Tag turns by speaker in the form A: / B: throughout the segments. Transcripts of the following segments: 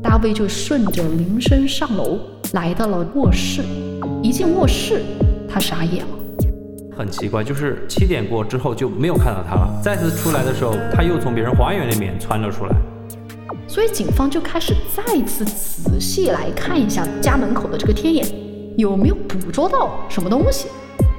A: 大卫就顺着铃声上楼，来到了卧室。一进卧室，他傻眼了。
B: 很奇怪，就是7点过之后就没有看到他了，再次出来的时候，他又从别人花园里面窜了出来。
A: 所以警方就开始再次仔细来看一下家门口的这个天眼，有没有捕捉到什么东西。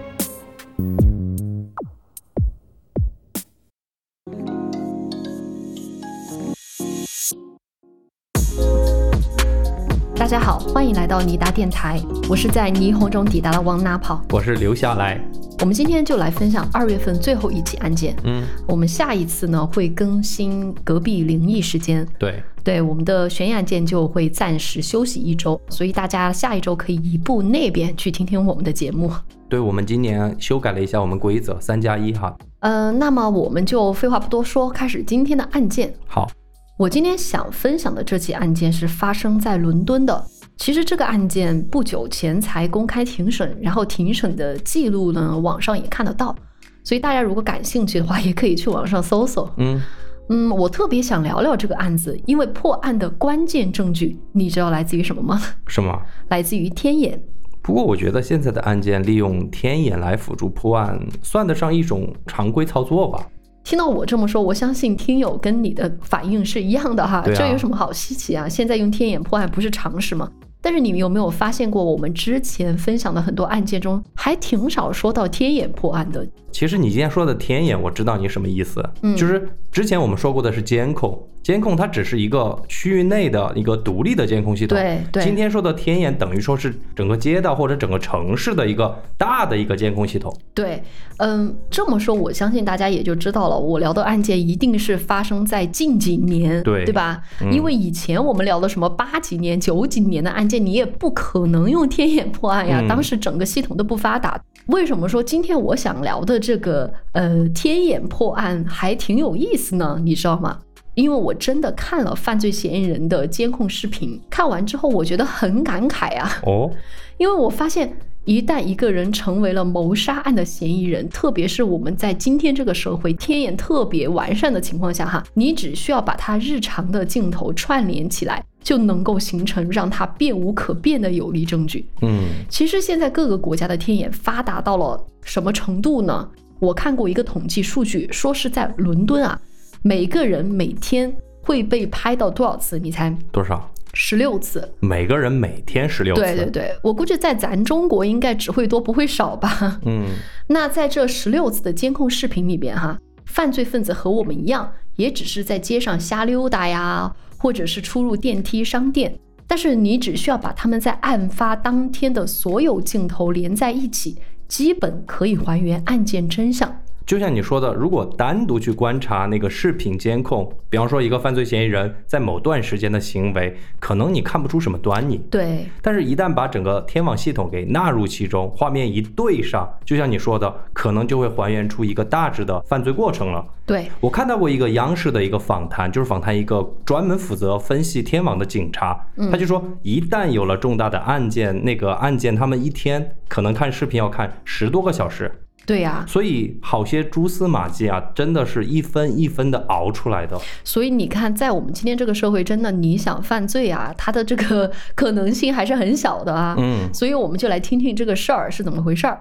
A: 大家好，欢迎来到尼达电台，我是在霓虹中抵达了往哪跑，
B: 我是留下来。
A: 我们今天就来分享2月份最后一起案件。我们下一次呢会更新隔壁灵异时间。对，我们的悬疑案件就会暂时休息1周，所以大家下一周可以移步那边去听听我们的节目。
B: 对，我们今年修改了一下我们规则，3+1哈。
A: 那么我们就废话不多说，开始今天的案件。
B: 好，
A: 我今天想分享的这起案件是发生在伦敦的。其实这个案件不久前才公开庭审，然后庭审的记录呢，网上也看得到，所以大家如果感兴趣的话，也可以去网上搜搜。我特别想聊聊这个案子，因为破案的关键证据，你知道来自于什么吗？
B: 什么？
A: 来自于天眼。
B: 不过我觉得现在的案件利用天眼来辅助破案，算得上一种常规操作吧。
A: 听到我这么说，我相信听友跟你的反应是一样的哈。这有什么好稀奇啊？现在用天眼破案不是常识吗？但是你们有没有发现过，我们之前分享的很多案件中还挺少说到天眼破案的。
B: 其实你今天说的天眼，我知道你什么意思。就是之前我们说过的是监控它只是一个区域内的一个独立的监控系统。
A: 对，
B: 今天说的天眼等于说是整个街道或者整个城市的一个大的一个监控系统。
A: 对，这么说我相信大家也就知道了，我聊的案件一定是发生在近几年，对吧？因为以前我们聊的什么8几年、9几年的案件，你也不可能用天眼破案呀，当时整个系统都不发达。为什么说今天我想聊的这个天眼破案还挺有意思呢？你知道吗？因为我真的看了犯罪嫌疑人的监控视频，看完之后我觉得很感慨啊。因为我发现一旦一个人成为了谋杀案的嫌疑人，特别是我们在今天这个社会天眼特别完善的情况下哈，你只需要把他日常的镜头串联起来，就能够形成让他变无可变的有力证据。其实现在各个国家的天眼发达到了什么程度呢？我看过一个统计数据，说是在伦敦啊，每个人每天会被拍到多少次？你猜
B: 多少
A: ？16次。每
B: 个人每天16次。
A: 对，我估计在咱中国应该只会多不会少吧。那在这16次的监控视频里边哈，犯罪分子和我们一样，也只是在街上瞎溜达呀，或者是出入电梯、商店，但是你只需要把他们在案发当天的所有镜头连在一起，基本可以还原案件真相。
B: 就像你说的，如果单独去观察那个视频监控，比方说一个犯罪嫌疑人在某段时间的行为，可能你看不出什么端倪。
A: 对，
B: 但是一旦把整个天网系统给纳入其中，画面一对上，就像你说的，可能就会还原出一个大致的犯罪过程了。
A: 对，
B: 我看到过一个央视的一个访谈，就是访谈一个专门负责分析天网的警察，他就说一旦有了重大的案件，那个案件他们一天可能看视频要看10多个小时。
A: 对呀，
B: 所以好些蛛丝马迹啊，真的是一分一分的熬出来的。
A: 所以你看，在我们今天这个社会，真的你想犯罪啊，它的这个可能性还是很小的啊。所以我们就来听听这个事儿是怎么回事儿。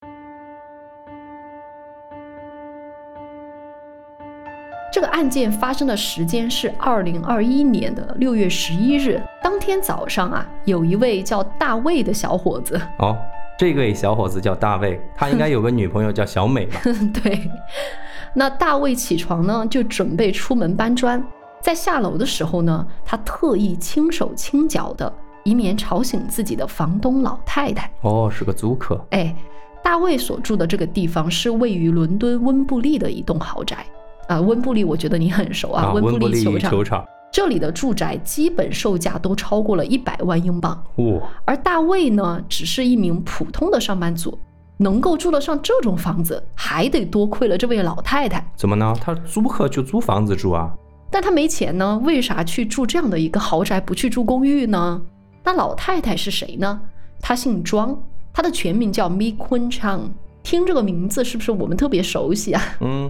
A: 这个案件发生的时间是2021年的6月11日，当天早上啊，有一位叫大卫的小伙子。
B: 这位小伙子叫大卫，他应该有个女朋友叫小美吧？
A: 对，那大卫起床呢，就准备出门搬砖，在下楼的时候呢，他特意轻手轻脚的，以免吵醒自己的房东老太太。
B: 是个租客。
A: 大卫所住的这个地方是位于伦敦温布利的一栋豪宅。温布利我觉得你很熟啊，温布利球场。这里的住宅基本售价都超过了100万英镑。而大卫呢，只是一名普通的上班族，能够住得上这种房子，还得多亏了这位老太太。
B: 怎么呢？他租客就租房子住啊。
A: 但他没钱呢，为啥去住这样的一个豪宅，不去住公寓呢？那老太太是谁呢？她姓庄，她的全名叫 Mi Kun Chang。听这个名字是不是我们特别熟悉啊？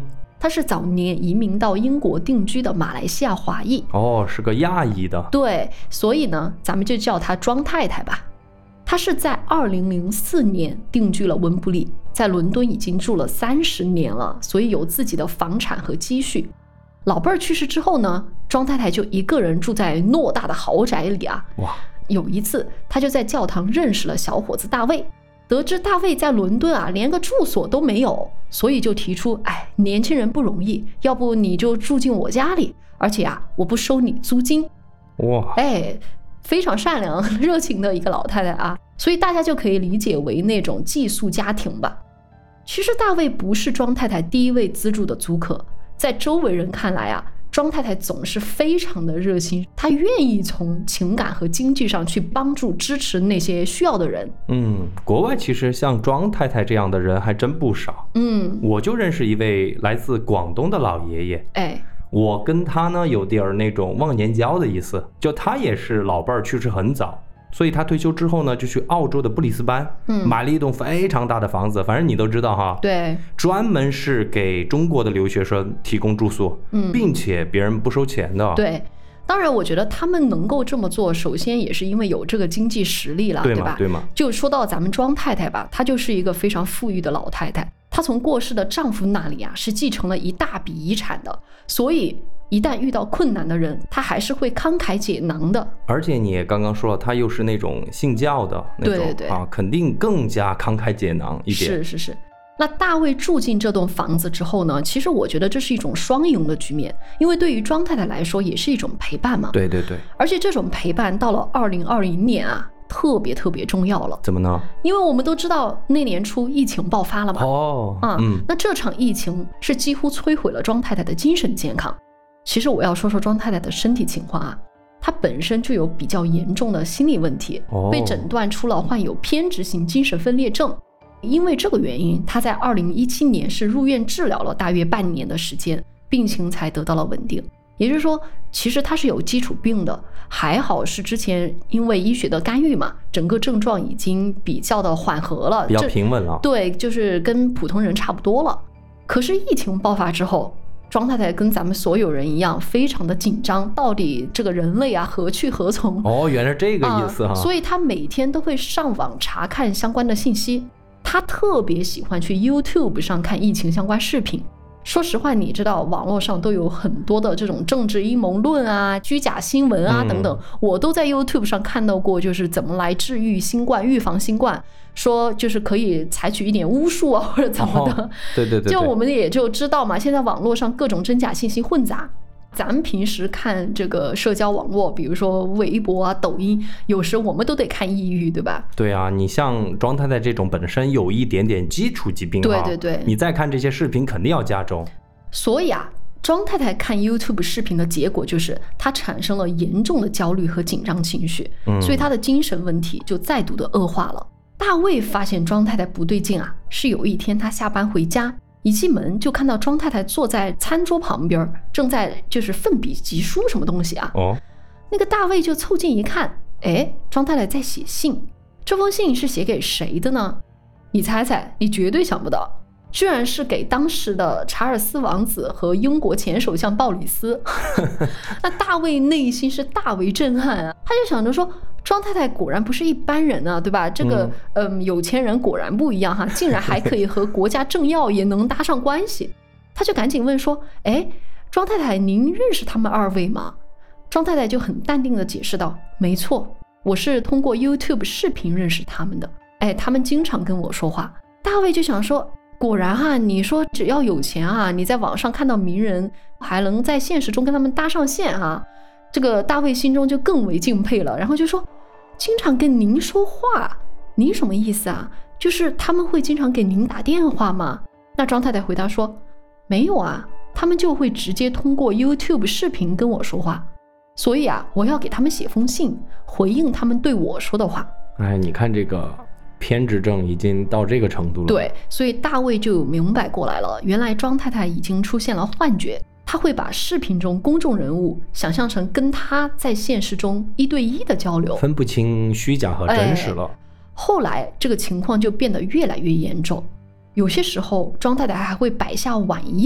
A: 他是早年移民到英国定居的马来西亚华裔。
B: 哦，是个亚裔的。
A: 对，所以呢，咱们就叫她庄太太吧。她是在2004年定居了温布利，在伦敦已经住了30年了，所以有自己的房产和积蓄。老伴儿去世之后呢，庄太太就一个人住在偌大的豪宅里啊。
B: 哇！
A: 有一次，她就在教堂认识了小伙子大卫。得知大卫在伦敦啊，连个住所都没有，所以就提出，年轻人不容易，要不你就住进我家里，而且啊，我不收你租金。
B: 哇！
A: 非常善良热情的一个老太太啊，所以大家就可以理解为那种寄宿家庭吧。其实大卫不是庄太太第一位资助的租客，在周围人看来啊，庄太太总是非常的热心，她愿意从情感和经济上去帮助支持那些需要的人。
B: 国外其实像庄太太这样的人还真不少。我就认识一位来自广东的老爷爷。我跟他呢有点那种忘年交的意思，就他也是老伴儿去世很早，所以他退休之后呢就去澳洲的布里斯班，买了一栋非常大的房子，反正你都知道哈。
A: 对，
B: 专门是给中国的留学生提供住宿，并且别人不收钱的。
A: 对，当然我觉得他们能够这么做，首先也是因为有这个经济实力了，对吧？
B: 对吗？
A: 就说到咱们庄太太吧，她就是一个非常富裕的老太太，她从过世的丈夫那里啊是继承了一大笔遗产的，所以一旦遇到困难的人，她还是会慷慨解囊的。
B: 而且你也刚刚说了，她又是那种信教的那种，
A: 对
B: 肯定更加慷慨解囊一点。
A: 是。那大卫住进这栋房子之后呢，其实我觉得这是一种双赢的局面，因为对于庄太太来说也是一种陪伴嘛。
B: 对。
A: 而且这种陪伴到了2020年啊，特别重要了。
B: 怎么呢？
A: 因为我们都知道那年初疫情爆发了嘛。那这场疫情是几乎摧毁了庄太太的精神健康。其实我要说说庄太太的身体情况啊，她本身就有比较严重的心理问题，被诊断出了患有偏执型精神分裂症。因为这个原因，她在2017年是入院治疗了大约半年的时间，病情才得到了稳定。也就是说，其实她是有基础病的，还好是之前因为医学的干预嘛，整个症状已经比较的缓和了，
B: 比较平稳了。
A: 对，就是跟普通人差不多了。可是疫情爆发之后，庄太太跟咱们所有人一样非常的紧张，到底这个人类啊何去何从？
B: 原来这个意思哈。
A: 所以她每天都会上网查看相关的信息。她特别喜欢去 YouTube 上看疫情相关视频。说实话，你知道网络上都有很多的这种政治阴谋论啊、虚假新闻啊等等，我都在 YouTube 上看到过，就是怎么来治愈新冠、预防新冠，说就是可以采取一点巫术啊或者怎么的。
B: 对，
A: 就我们也就知道嘛，现在网络上各种真假信息混杂。咱们平时看这个社交网络，比如说微博啊、抖音，有时我们都得看抑郁，对吧？
B: 对啊，你像庄太太这种本身有一点点基础疾病，
A: 对，
B: 你再看这些视频肯定要加重。
A: 所以啊，庄太太看 YouTube 视频的结果就是她产生了严重的焦虑和紧张情绪，所以她的精神问题就再度的恶化了。大卫发现庄太太不对劲啊，是有一天他下班回家，一进门就看到庄太太坐在餐桌旁边，正在就是奋笔疾书什么东西啊。那个大卫就凑近一看，庄太太在写信。这封信是写给谁的呢？你猜猜，你绝对想不到，居然是给当时的查尔斯王子和英国前首相鲍里斯。那大卫内心是大为震撼啊，他就想着说，庄太太果然不是一般人啊，对吧？这个有钱人果然不一样哈，竟然还可以和国家政要也能搭上关系。他就赶紧问说，庄太太，您认识他们二位吗？庄太太就很淡定地解释道，没错，我是通过 YouTube 视频认识他们的。他们经常跟我说话。大卫就想说，果然哈，你说只要有钱啊，你在网上看到名人，还能在现实中跟他们搭上线啊。这个大卫心中就更为敬佩了，然后就说，经常跟您说话，您什么意思啊？就是他们会经常给您打电话吗？那庄太太回答说，没有啊，他们就会直接通过 YouTube 视频跟我说话，所以啊，我要给他们写封信，回应他们对我说的话。
B: 你看这个偏执症已经到这个程度了。
A: 对，所以大卫就明白过来了，原来庄太太已经出现了幻觉，他会把视频中公众人物想象成跟他在现实中1对1的交流，
B: 分不清虚假和真实了。
A: 后来这个情况就变得越来越严重，有些时候庄太太还会摆下晚宴，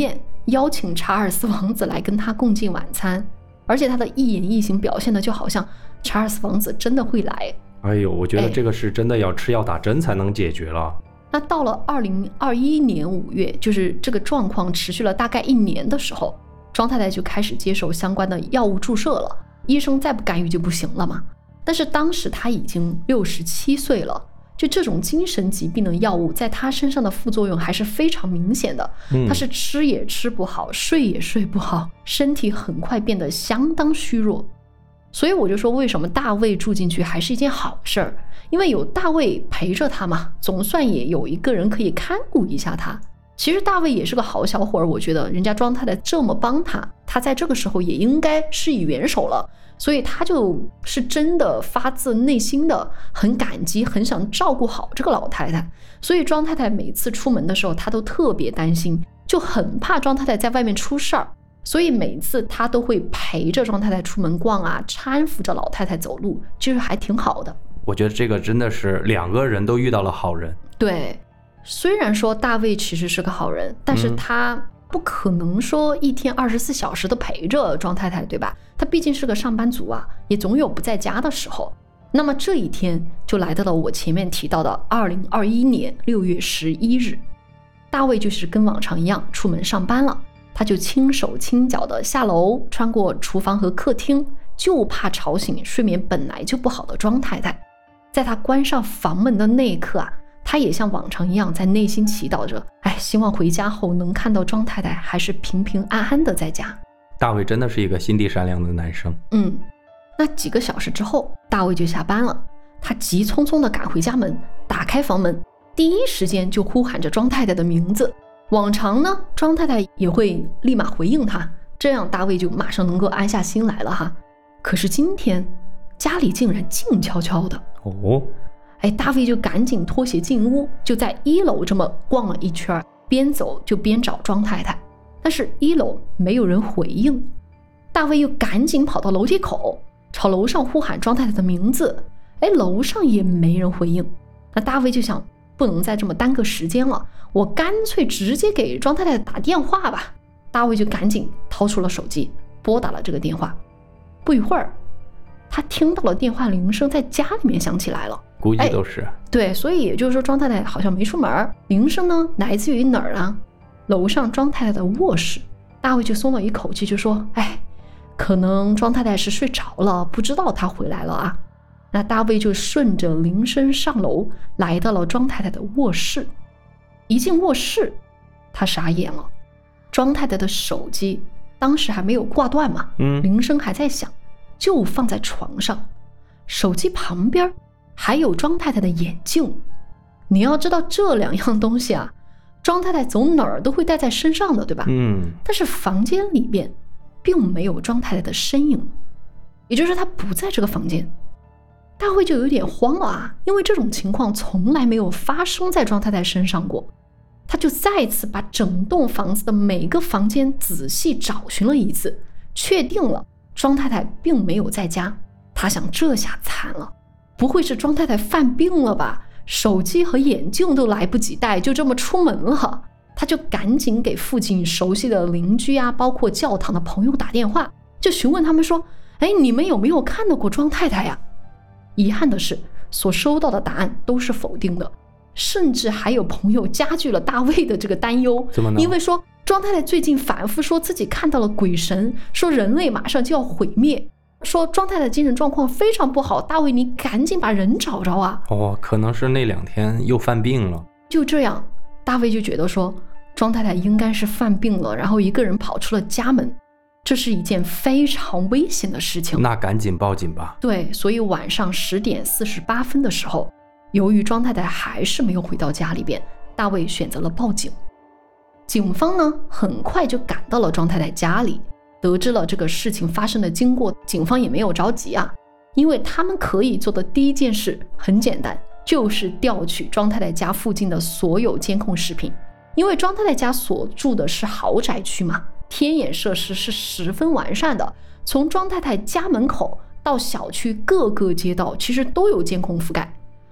A: 邀请查尔斯王子来跟他共进晚餐，而且他的一言一行表现的就好像查尔斯王子真的会来。
B: 哎呦，我觉得这个是真的要吃药打针才能解决了。
A: 那到了2021年5月，就是这个状况持续了大概1年的时候，庄太太就开始接受相关的药物注射了，医生再不干预就不行了嘛。但是当时她已经67岁了，就这种精神疾病的药物在她身上的副作用还是非常明显的，她是吃也吃不好，睡也睡不好，身体很快变得相当虚弱。所以我就说，为什么大卫住进去还是一件好事儿？因为有大卫陪着他嘛，总算也有一个人可以看顾一下他。其实大卫也是个好小伙儿，我觉得人家庄太太这么帮他，他在这个时候也应该施以援手了，所以他就是真的发自内心的很感激，很想照顾好这个老太太。所以庄太太每次出门的时候，他都特别担心，就很怕庄太太在外面出事儿。所以每次他都会陪着庄太太出门逛啊，搀扶着老太太走路，就是还挺好的。
B: 我觉得这个真的是2个人都遇到了好人。
A: 对，虽然说大卫其实是个好人，但是他不可能说一天24小时都陪着庄太太，对吧？他毕竟是个上班族啊，也总有不在家的时候。那么这一天就来到了我前面提到的2021年6月11日，大卫就是跟往常一样出门上班了。他就轻手轻脚的下楼，穿过厨房和客厅，就怕吵醒睡眠本来就不好的庄太太。在他关上房门的那一刻啊，他也像往常一样在内心祈祷着，希望回家后能看到庄太太还是平平安安的在家。
B: 大卫真的是一个心地善良的男生。
A: 那几个小时之后，大卫就下班了，他急匆匆的赶回家门，打开房门，第一时间就呼喊着庄太太的名字。往常呢，庄太太也会立马回应他，这样大卫就马上能够安下心来了哈。可是今天家里竟然静悄悄的大卫就赶紧脱鞋进屋，就在1楼这么逛了一圈，边走就边找庄太太，但是1楼没有人回应。大卫又赶紧跑到楼梯口，朝楼上呼喊庄太太的名字，楼上也没人回应。那大卫就想，不能再这么耽搁时间了，我干脆直接给庄太太打电话吧。大卫就赶紧掏出了手机，拨打了这个电话。不一会儿，他听到了电话铃声在家里面响起来了，
B: 估计都是
A: 对，所以也就是说庄太太好像没出门。铃声呢来自于哪儿啊？楼上庄太太的卧室。大卫就松了一口气，就说可能庄太太是睡着了，不知道她回来了啊。那大卫就顺着铃声上楼，来到了庄太太的卧室。一进卧室，他傻眼了，庄太太的手机当时还没有挂断嘛，铃声还在响，就放在床上，手机旁边还有庄太太的眼镜。你要知道这2样东西啊，庄太太走哪儿都会带在身上的，对吧？但是房间里边并没有庄太太的身影，也就是她不在这个房间。大卫就有点慌了啊，因为这种情况从来没有发生在庄太太身上过。他就再次把整栋房子的每个房间仔细找寻了一次，确定了庄太太并没有在家。他想，这下惨了，不会是庄太太犯病了吧？手机和眼镜都来不及带，就这么出门了。他就赶紧给附近熟悉的邻居啊，包括教堂的朋友打电话，就询问他们说，你们有没有看到过庄太太呀？遗憾的是，所收到的答案都是否定的，甚至还有朋友加剧了大卫的这个担忧。
B: 怎么呢？
A: 因为说庄太太最近反复说自己看到了鬼神，说人类马上就要毁灭，说庄太太精神状况非常不好，大卫你赶紧把人找着啊。
B: 可能是那2天又犯病了。
A: 就这样，大卫就觉得说庄太太应该是犯病了，然后一个人跑出了家门，这是一件非常危险的事情。
B: 那赶紧报警吧。
A: 对，所以晚上10点48分的时候，由于庄太太还是没有回到家里边，大卫选择了报警。警方呢很快就赶到了庄太太家里，得知了这个事情发生的经过。警方也没有着急啊，因为他们可以做的第一件事很简单，就是调取庄太太家附近的所有监控视频。因为庄太太家所住的是豪宅区嘛，天眼设施是十分完善的，从庄太太家门口到小区各个街道其实都有监控覆盖。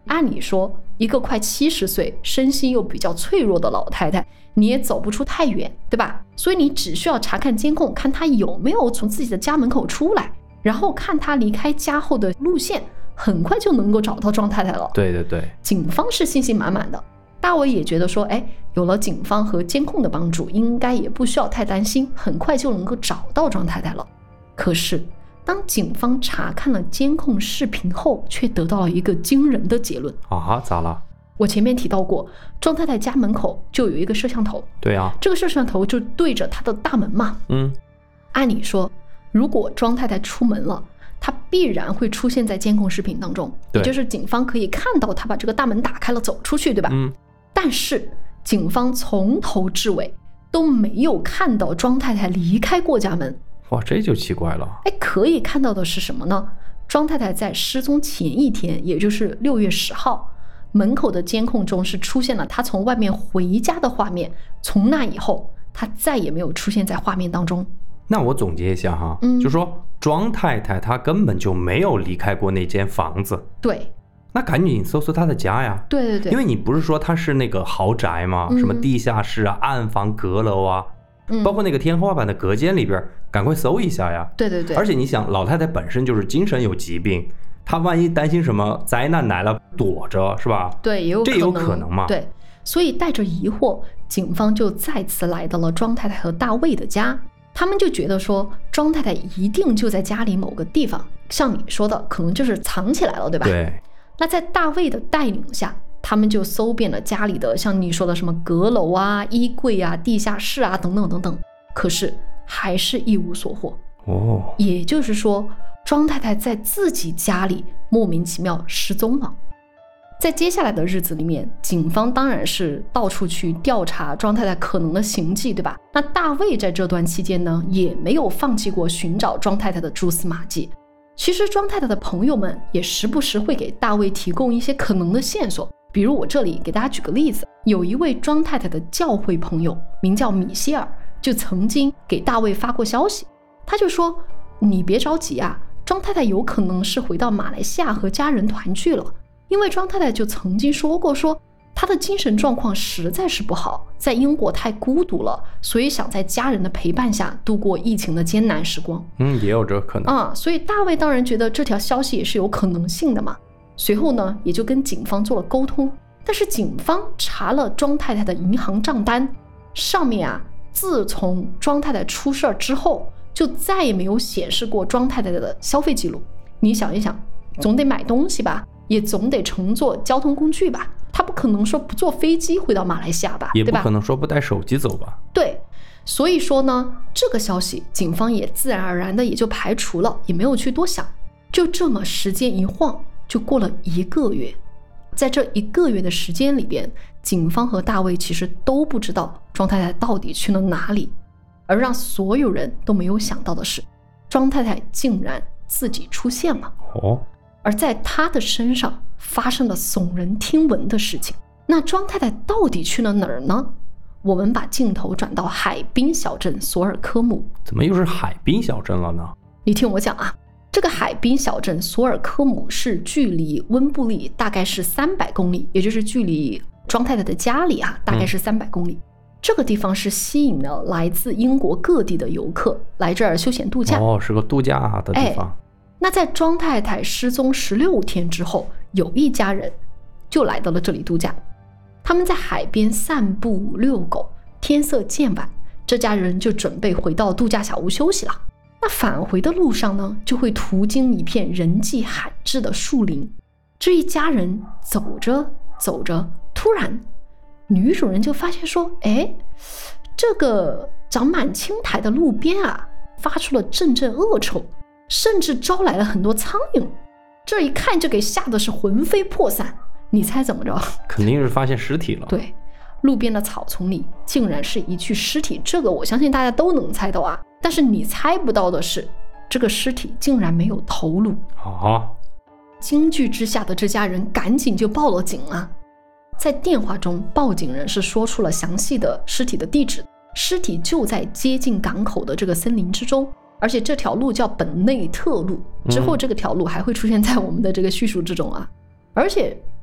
A: 按理说一个快70岁身心又比较脆弱的老太太，你也走不出太远，对吧？所以你只需要查看监控，看她有没有从自己的家门口出来，然后看她离开家后的路线，很快就能够找到庄太太了。
B: 对对对，
A: 警方是信心满满的。大卫也觉得说，有了警方和监控的帮助，应该也不需要太担心，很快就能够找到庄太太了。可是当警方查看了监控视频后，却得到了一个惊人的结论
B: 啊！咋了？
A: 我前面提到过，庄太太家门口就有一个摄像头。
B: 对啊，
A: 这个摄像头就对着她的大门嘛。按理说，如果庄太太出门了，她必然会出现在监控视频当中，也就是警方可以看到她把这个大门打开了走出去，对吧？但是警方从头至尾都没有看到庄太太离开过家门。
B: 哇，这就奇怪了。
A: 可以看到的是什么呢？庄太太在失踪前一天，也就是6月10号，门口的监控中是出现了她从外面回家的画面。从那以后，她再也没有出现在画面当中。
B: 那我总结一下哈，就说庄太太她根本就没有离开过那间房子。
A: 对。
B: 那赶紧搜搜她的家呀。
A: 对对对，
B: 因为你不是说她是那个豪宅吗？什么地下室啊、暗房、阁楼啊。包括那个天花板的隔间里边，赶快搜一下呀。
A: 对对对，
B: 而且你想，老太太本身就是精神有疾病，她万一担心什么灾难来了，躲着是吧？
A: 对，也有可能，
B: 这有可能嘛？
A: 对，所以带着疑惑，警方就再次来到了庄太太和大卫的家。他们就觉得说，庄太太一定就在家里某个地方，像你说的，可能就是藏起来了，对吧？
B: 对。
A: 那在大卫的带领下，他们就搜遍了家里的像你说的什么阁楼啊、衣柜啊、地下室啊等等等等，可是还是一无所获。也就是说，庄太太在自己家里莫名其妙失踪了。在接下来的日子里面，警方当然是到处去调查庄太太可能的行迹，对吧？那大卫在这段期间呢，也没有放弃过寻找庄太太的蛛丝马迹。其实庄太太的朋友们也时不时会给大卫提供一些可能的线索，比如我这里给大家举个例子，有一位庄太太的教会朋友名叫米歇尔，就曾经给大卫发过消息，他就说，你别着急啊，庄太太有可能是回到马来西亚和家人团聚了，因为庄太太就曾经说过，说她的精神状况实在是不好，在英国太孤独了，所以想在家人的陪伴下度过疫情的艰难时光。
B: 也有这可能
A: 所以大卫当然觉得这条消息也是有可能性的嘛。随后呢，也就跟警方做了沟通，但是警方查了庄太太的银行账单，上面自从庄太太出事之后，就再也没有显示过庄太太的消费记录。你想一想，总得买东西吧，也总得乘坐交通工具吧，他不可能说不坐飞机回到马来西亚吧，
B: 也不可能说不带手机走吧。
A: 对，所以说呢，这个消息警方也自然而然的也就排除了，也没有去多想。就这么时间一晃，就过了1个月。在这1个月的时间里边，警方和大卫其实都不知道庄太太到底去了哪里。而让所有人都没有想到的是，庄太太竟然自己出现了。而在她的身上发生了耸人听闻的事情。那庄太太到底去了哪儿呢？我们把镜头转到海滨小镇索尔科姆。
B: 怎么又是海滨小镇了呢？
A: 你听我讲这个海滨小镇索尔科姆是距离温布利大概是300公里，也就是距离庄太太的家里大概是300公里。这个地方是吸引了来自英国各地的游客来这儿休闲度假。
B: 是个度假的地方。
A: 那在庄太太失踪16天之后，有一家人就来到了这里度假。他们在海边散步遛狗，天色渐晚，这家人就准备回到度假小屋休息了。那返回的路上呢，就会途经一片人迹罕至的树林。这一家人走着走着，突然女主人就发现说，这个长满青苔的路边发出了阵阵恶臭，甚至招来了很多苍蝇。这一看就给吓得是魂飞魄散。你猜怎么着？
B: 肯定是发现尸体了。
A: 对，路边的草丛里竟然是一具尸体，这个我相信大家都能猜到但是你猜不到的是，这个尸体竟然没有头颅。惊惧之下的这家人赶紧就报了警在电话中，报警人是说出了详细的尸体的地址，尸体就在接近港口的这个森林之中，而且这条路叫本内特路，之后这个条路还会出现在我们的这个叙述之中而且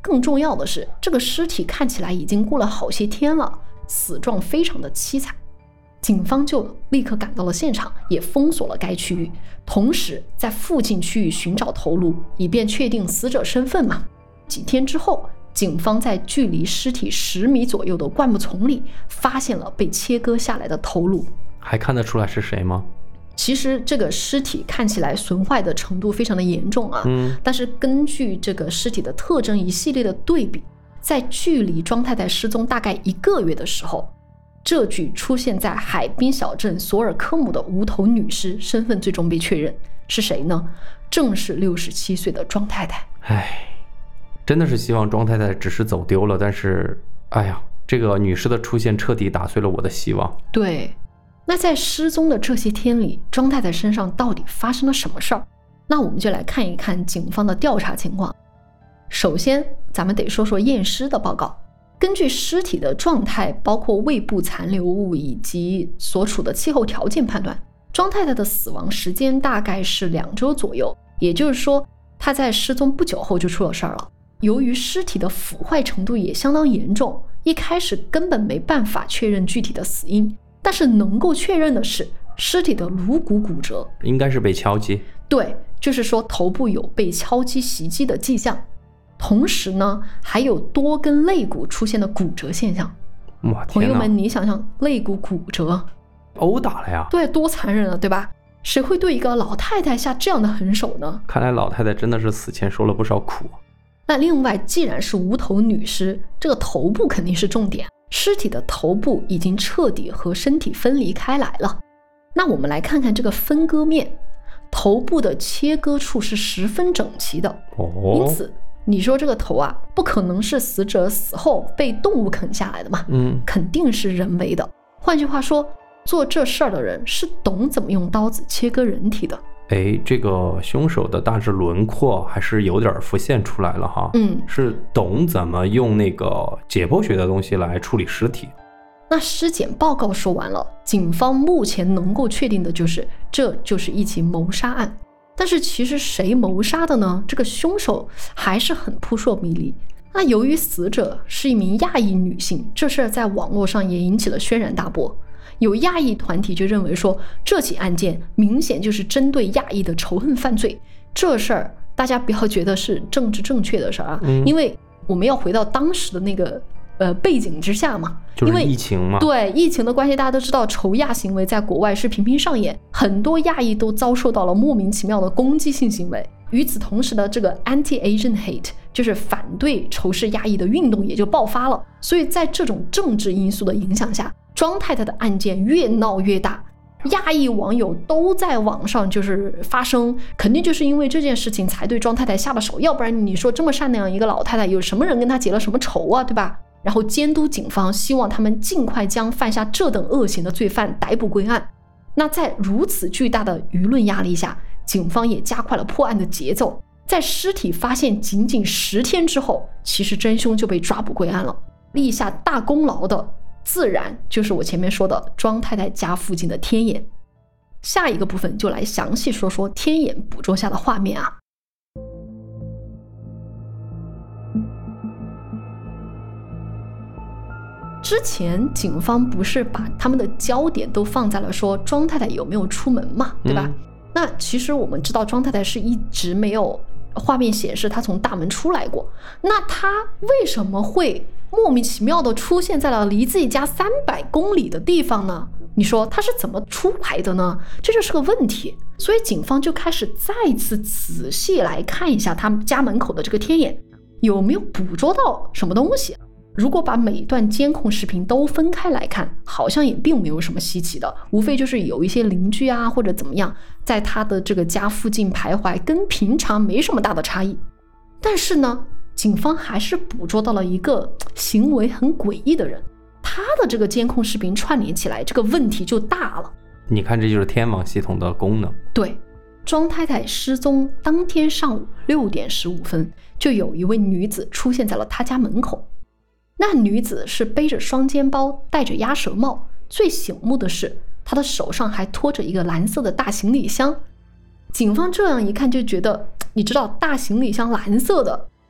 A: 更重要的是，这个尸体看起来已经过了好些天了，死状非常的凄惨。警方就立刻赶到了现场，也封锁了该区域，同时在附近区域寻找头颅，以便确定死者身份嘛。几天之后，警方在距离尸体10米左右的灌木丛里发现了被切割下来的头颅。
B: 还看得出来是谁吗？
A: 其实这个尸体看起来损坏的程度非常的严重啊，但是根据这个尸体的特征一系列的对比，在距离庄太太失踪大概1个月的时候，这具出现在海滨小镇索尔科姆的无头女尸身份最终被确认，是谁呢？正是67岁的庄太太。
B: 唉，真的是希望庄太太只是走丢了，但是哎呀，这个女尸的出现彻底打碎了我的希望。
A: 对，那在失踪的这些天里，庄太太身上到底发生了什么事儿？那我们就来看一看警方的调查情况。首先，咱们得说说验尸的报告。根据尸体的状态，包括胃部残留物以及所处的气候条件判断，庄太太的死亡时间大概是2周左右，也就是说，她在失踪不久后就出了事儿了。由于尸体的腐坏程度也相当严重，一开始根本没办法确认具体的死因，但是能够确认的是，尸体的颅骨骨折，
B: 应该是被敲击。
A: 对，就是说头部有被敲击袭击的迹象。同时呢，还有多根肋骨出现的骨折现象。
B: 哇，
A: 朋友们，你想想肋骨骨折，
B: 殴打了呀？
A: 对，多残忍啊，对吧？谁会对一个老太太下这样的狠手呢？
B: 看来老太太真的是死前受了不少苦。
A: 那另外，既然是无头女尸，这个头部肯定是重点。尸体的头部已经彻底和身体分离开来了。那我们来看看这个分割面，头部的切割处是十分整齐的。因此你说这个头啊，不可能是死者死后被动物啃下来的嘛？肯定是人为的。换句话说，做这事儿的人是懂怎么用刀子切割人体的。
B: 这个凶手的大致轮廓还是有点浮现出来了哈。是懂怎么用那个解剖学的东西来处理尸体。
A: 那尸检报告说完了，警方目前能够确定的就是，这就是一起谋杀案。但是其实谁谋杀的呢？这个凶手还是很扑朔迷离。那由于死者是一名亚裔女性，这事在网络上也引起了轩然大波。有亚裔团体就认为说，这起案件明显就是针对亚裔的仇恨犯罪。这事儿大家不要觉得是政治正确的事儿啊，因为我们要回到当时的那个背景之下嘛，
B: 就是疫情嘛。
A: 对，疫情的关系，大家都知道仇亚行为在国外是频频上演，很多亚裔都遭受到了莫名其妙的攻击性行为。与此同时的这个 anti-Asian hate， 就是反对仇视亚裔的运动也就爆发了。所以在这种政治因素的影响下，庄太太的案件越闹越大，亚裔网友都在网上就是发声，肯定就是因为这件事情才对庄太太下了手，要不然你说这么善良一个老太太，有什么人跟她结了什么仇啊，对吧？然后监督警方，希望他们尽快将犯下这等恶行的罪犯逮捕归案。那在如此巨大的舆论压力下，警方也加快了破案的节奏。在尸体发现仅仅10天之后，其实真凶就被抓捕归案了。立下大功劳的自然就是我前面说的庄太太家附近的天眼。下一个部分就来详细说说天眼捕捉下的画面啊。之前警方不是把他们的焦点都放在了说庄太太有没有出门嘛，对吧？那其实我们知道庄太太是一直没有画面显示她从大门出来过，那她为什么会莫名其妙的出现在了离自己家300公里的地方呢？你说她是怎么出来的呢？这就是个问题。所以警方就开始再次仔细来看一下他们家门口的这个天眼有没有捕捉到什么东西。如果把每一段监控视频都分开来看，好像也并没有什么稀奇的，无非就是有一些邻居啊或者怎么样在他的这个家附近徘徊，跟平常没什么大的差异。但是呢，警方还是捕捉到了一个行为很诡异的人，他的这个监控视频串联起来，这个问题就大了。
B: 你看，这就是天网系统的功能。
A: 对，庄太太失踪当天上午6点15分，就有一位女子出现在了他家门口。那女子是背着双肩包，戴着鸭舌帽，最醒目的是她的手上还拖着一个蓝色的大行李箱。警方这样一看就觉得，你知道大行李箱蓝色的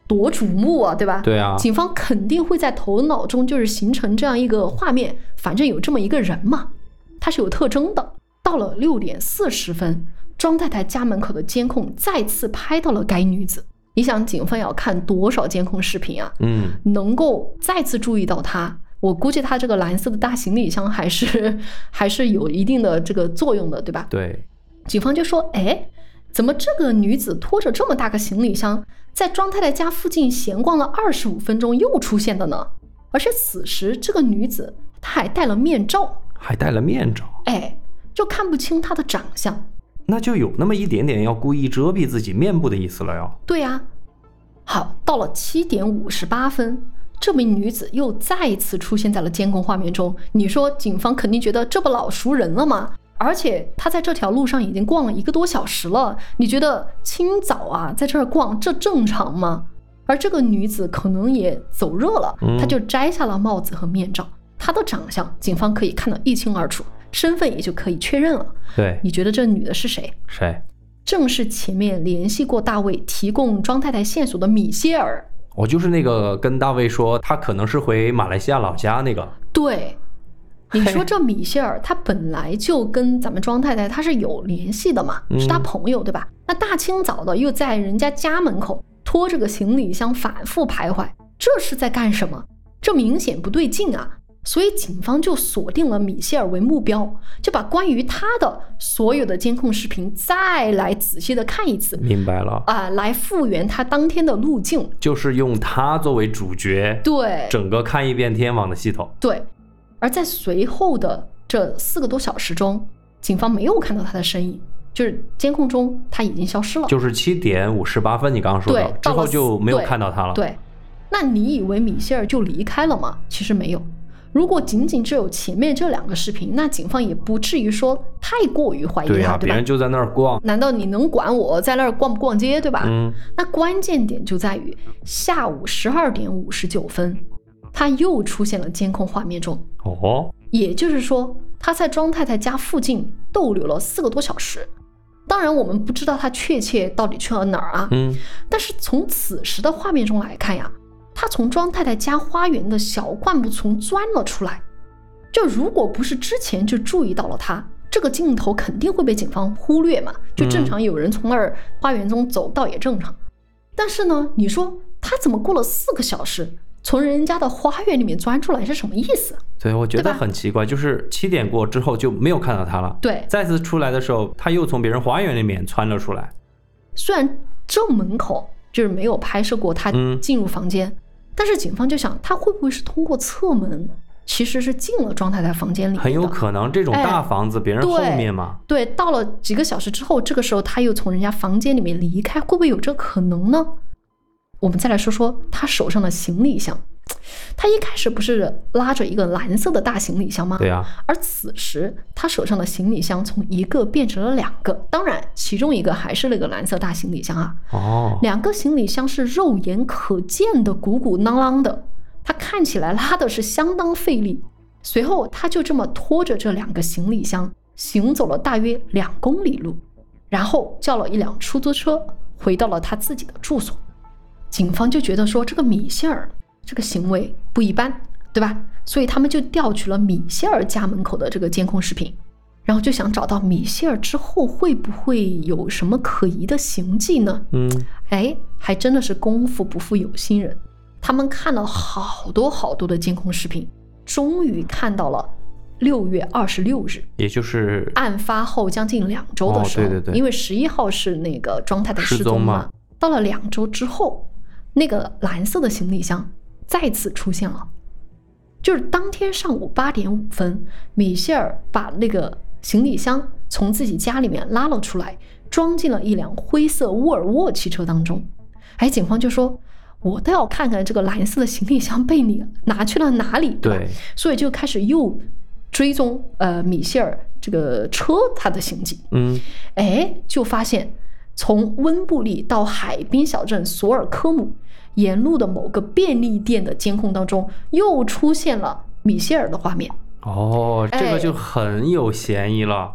A: 多瞩目啊，对吧？
B: 对啊，
A: 警方肯定会在头脑中就是形成这样一个画面，反正有这么一个人嘛，他是有特征的。到了6点40分，庄太太家门口的监控再次拍到了该女子。你想警方要看多少监控视频啊？能够再次注意到她，我估计她这个蓝色的大行李箱还是有一定的这个作用的，对吧？
B: 对。
A: 警方就说，哎，怎么这个女子拖着这么大个行李箱在庄太太家附近闲逛了25分钟又出现的呢？而且此时这个女子她还戴了面罩，哎，就看不清她的长相，
B: 那就有那么一点点要故意遮蔽自己面部的意思了哟。
A: 对啊。好，到了7点58分，这名女子又再次出现在了监控画面中。你说警方肯定觉得这不老熟人了吗？而且她在这条路上已经逛了1个多小时了，你觉得清早啊在这儿逛这正常吗？而这个女子可能也走热了，她就摘下了帽子和面罩，她的长相警方可以看得一清二楚，身份也就可以确认了。
B: 对，
A: 你觉得这女的是谁？正是前面联系过大卫提供庄太太线索的米歇尔。
B: 就是那个跟大卫说他可能是回马来西亚老家那个。
A: 对，你说这米歇尔他本来就跟咱们庄太太他是有联系的嘛，是他朋友对吧？那大清早的又在人家家门口拖着个行李箱反复徘徊，这是在干什么？这明显不对劲啊！所以警方就锁定了米歇尔为目标，就把关于他的所有的监控视频再来仔细的看一次。
B: 明白了
A: 来复原他当天的路径，
B: 就是用他作为主角，
A: 对，
B: 整个看一遍天网的系统。
A: 对，而在随后的这4个多小时中，警方没有看到他的身影，就是监控中他已经消失了。
B: 就是7点58分你刚刚说的，之后就没有看到他了。
A: 对，那你以为米歇尔就离开了吗？其实没有。如果仅仅只有前面这2个视频，那警方也不至于说太过于怀疑他，对吧？
B: 别人就在那儿逛，
A: 难道你能管我在那儿逛不逛街，对吧？那关键点就在于下午12点59分，他又出现了监控画面中。也就是说他在庄太太家附近逗留了4个多小时。当然我们不知道他确切到底去了哪儿啊，但是从此时的画面中来看呀，他从庄太太家花园的小灌木丛钻了出来。就如果不是之前就注意到了他，这个镜头肯定会被警方忽略嘛，就正常有人从那儿花园中走到也正常。但是呢，你说他怎么过了4个小时从人家的花园里面钻出来是什么意思？
B: 对，我觉得很奇怪，就是7点过之后就没有看到他了。
A: 对，
B: 再次出来的时候他又从别人花园里面窜了出来。
A: 虽然正门口就是没有拍摄过他进入房间，但是警方就想他会不会是通过侧门其实是进了庄太太房间里面的。
B: 很有可能，这种大房子别人后面嘛。
A: 对，到了几个小时之后，这个时候他又从人家房间里面离开，会不会有这可能呢？我们再来说说他手上的行李箱。他一开始不是拉着一个蓝色的大行李箱吗？
B: 对啊。
A: 而此时他手上的行李箱从1个变成了2个，当然其中1个还是那个蓝色大行李箱啊。2个行李箱是肉眼可见的鼓鼓囊囊的，他看起来拉的是相当费力。随后他就这么拖着这2个行李箱行走了大约2公里路，然后叫了一辆出租车回到了他自己的住所。警方就觉得说这个米歇尔这个行为不一般，对吧？所以他们就调取了米歇尔家门口的这个监控视频，然后就想找到米歇尔之后会不会有什么可疑的行迹呢？还真的是功夫不负有心人，他们看了好多的监控视频，终于看到了6月26日，
B: 也就是
A: 案发后将近2周的时候。对，因为11号是那个庄太太失踪嘛，到了2周之后，那个蓝色的行李箱再次出现了。就是当天上午8点5分，米歇尔把那个行李箱从自己家里面拉了出来，装进了一辆灰色沃尔沃汽车当中。警方就说我都要看看这个蓝色的行李箱被你拿去了哪里。
B: 对，
A: 所以就开始又追踪米歇尔这个车他的行迹。就发现从温布利到海滨小镇索尔科姆沿路的某个便利店的监控当中又出现了米歇尔的画面。
B: 这个就很有嫌疑了。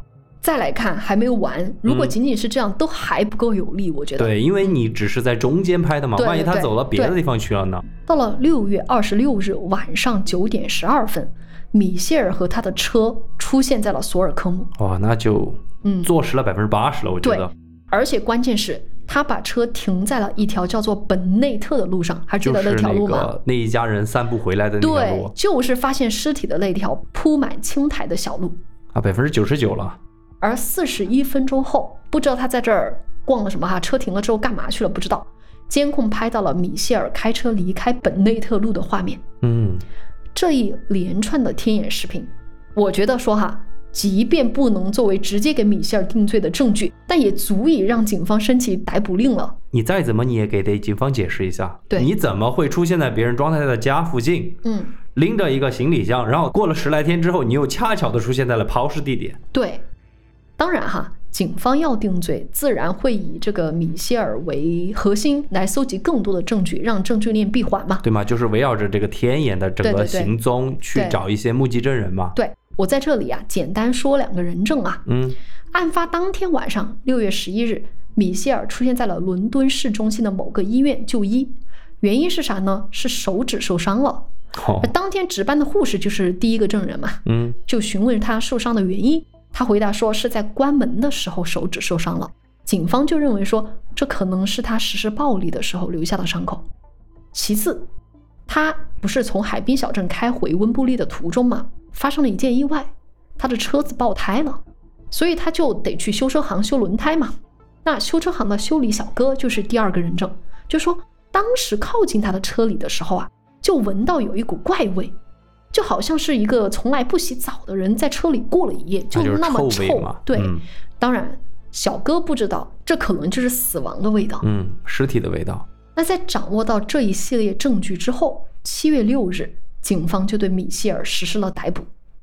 A: 再来看还没有完，如果仅仅是这样都还不够有力，我觉得。
B: 对，因为你只是在中间拍的嘛，万一他走了别的地方去了呢？
A: 到了6月26日晚上9点12分，米歇尔和他的车出现在了索尔科姆。
B: 哇，那就坐实了80%了，我觉得。
A: 对，而且关键是他把车停在了一条叫做本内特的路上，还记得那条路吗？
B: 就是那一家人散步回来的那条路。
A: 对，就是发现尸体的那条铺满青苔的小路
B: 啊，99%了。
A: 而41分钟后，不知道他在这儿逛了什么哈，车停了之后干嘛去了不知道。监控拍到了米歇尔开车离开本内特路的画面。这一连串的天眼视频，我觉得说哈，即便不能作为直接给米歇尔定罪的证据，但也足以让警方申请逮捕令了。
B: 你再怎么你也给警方解释一下，
A: 对，
B: 你怎么会出现在别人庄太太的家附近？拎着一个行李箱，然后过了10来天之后，你又恰巧的出现在了抛尸地点。
A: 对，当然哈，警方要定罪，自然会以这个米歇尔为核心来搜集更多的证据，让证据链闭环嘛，
B: 对吗？就是围绕着这个天眼的整个行踪去找一些目击证人嘛。
A: 对，我在这里啊，简单说2个人证啊。案发当天晚上6月11日，米歇尔出现在了伦敦市中心的某个医院就医，原因是啥呢？是手指受伤了。当天值班的护士就是第一个证人嘛。就询问他受伤的原因，他回答说是在关门的时候手指受伤了。警方就认为说这可能是他实施暴力的时候留下的伤口。其次，他不是从海滨小镇开回温布利的途中嘛，发生了一件意外，他的车子爆胎了，所以他就得去修车行修轮胎嘛。那修车行的修理小哥就是第2个人证，就说当时靠近他的车里的时候啊，就闻到有一股怪味，就好像是一个从来不洗澡的人在车里过了一夜，就那么臭。对，当然小哥不知道这可能就是死亡的味道，
B: 尸体的味道。
A: 那在掌握到这一系列证据之后，7月6日，警方就对米歇尔实施了逮捕。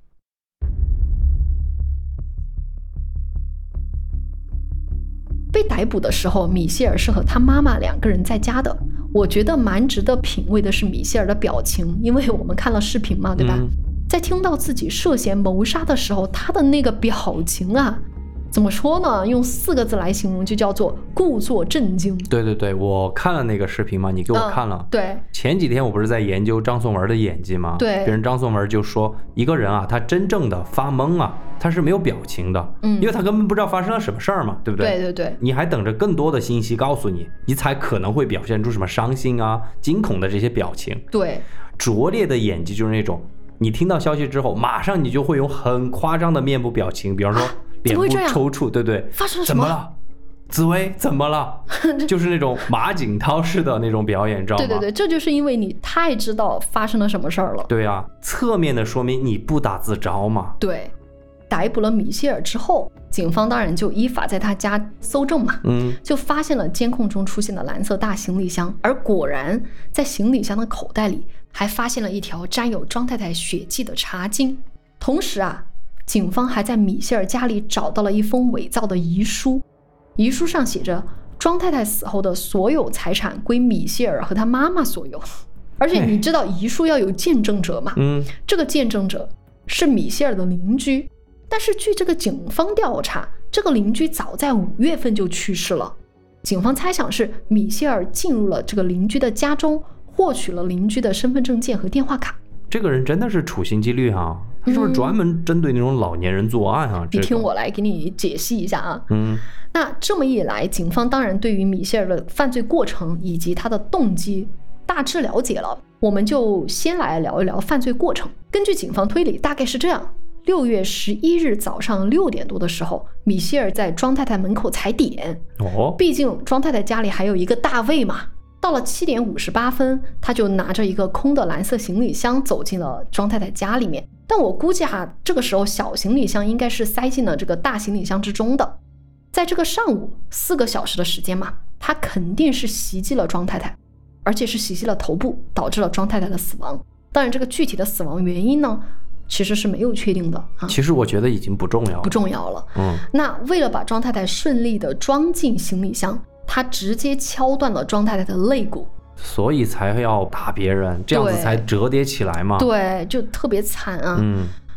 A: 被逮捕的时候，米歇尔是和他妈妈2个人在家的。我觉得蛮值得品味的是米歇尔的表情，因为我们看了视频嘛，对吧？在听到自己涉嫌谋杀的时候，他的那个表情啊，怎么说呢？用4个字来形容，就叫做故作震惊。
B: 对，我看了那个视频嘛，你给我看了。
A: 对，
B: 前几天我不是在研究张颂文的演技吗？
A: 对，
B: 别人张颂文就说，一个人啊，他真正的发懵啊，他是没有表情的，因为他根本不知道发生了什么事儿嘛，对不对？
A: 对，
B: 你还等着更多的信息告诉你，你才可能会表现出什么伤心啊、惊恐的这些表情。
A: 对，
B: 拙劣的演技就是那种，你听到消息之后，马上你就会有很夸张的面部表情，比方说脸部抽搐，对不对？
A: 发生了什么？
B: 怎么了？紫薇怎么了？就是那种马景涛式的那种表演，你知道吗？
A: 对，这就是因为你太知道发生了什么事儿了。
B: 对啊，侧面的说明你不打自招嘛。
A: 对，逮捕了米歇尔之后，警方当然就依法在他家搜证嘛，就发现了监控中出现的蓝色大行李箱，而果然在行李箱的口袋里还发现了一条沾有庄太太血迹的茶巾。同时啊，警方还在米歇尔家里找到了一封伪造的遗书，遗书上写着庄太太死后的所有财产归米歇尔和他妈妈所有。而且你知道遗书要有见证者吗？这个见证者是米歇尔的邻居，但是据这个警方调查，这个邻居早在5月份就去世了。警方猜想是米歇尔进入了这个邻居的家中，获取了邻居的身份证件和电话卡。
B: 这个人真的是处心积虑啊，他是不是专门针对那种老年人作案啊？
A: 你听我来给你解析一下啊。那这么一来，警方当然对于米歇尔的犯罪过程以及他的动机大致了解了。我们就先来聊一聊犯罪过程。根据警方推理，大概是这样：6月11日早上6点多的时候，米歇尔在庄太太门口踩点。毕竟庄太太家里还有一个大卫嘛。到了7点58分，他就拿着一个空的蓝色行李箱走进了庄太太家里面。但我估计这个时候小行李箱应该是塞进了这个大行李箱之中的。在这个上午4个小时的时间嘛，他肯定是袭击了庄太太，而且是袭击了头部，导致了庄太太的死亡。当然这个具体的死亡原因呢，其实是没有确定的啊。
B: 其实我觉得已经不重要了。
A: 那为了把庄太太顺利的装进行李箱，他直接敲断了庄太太的肋骨，
B: 所以才要打别人，这样子才折叠起来嘛。
A: 对，就特别惨啊。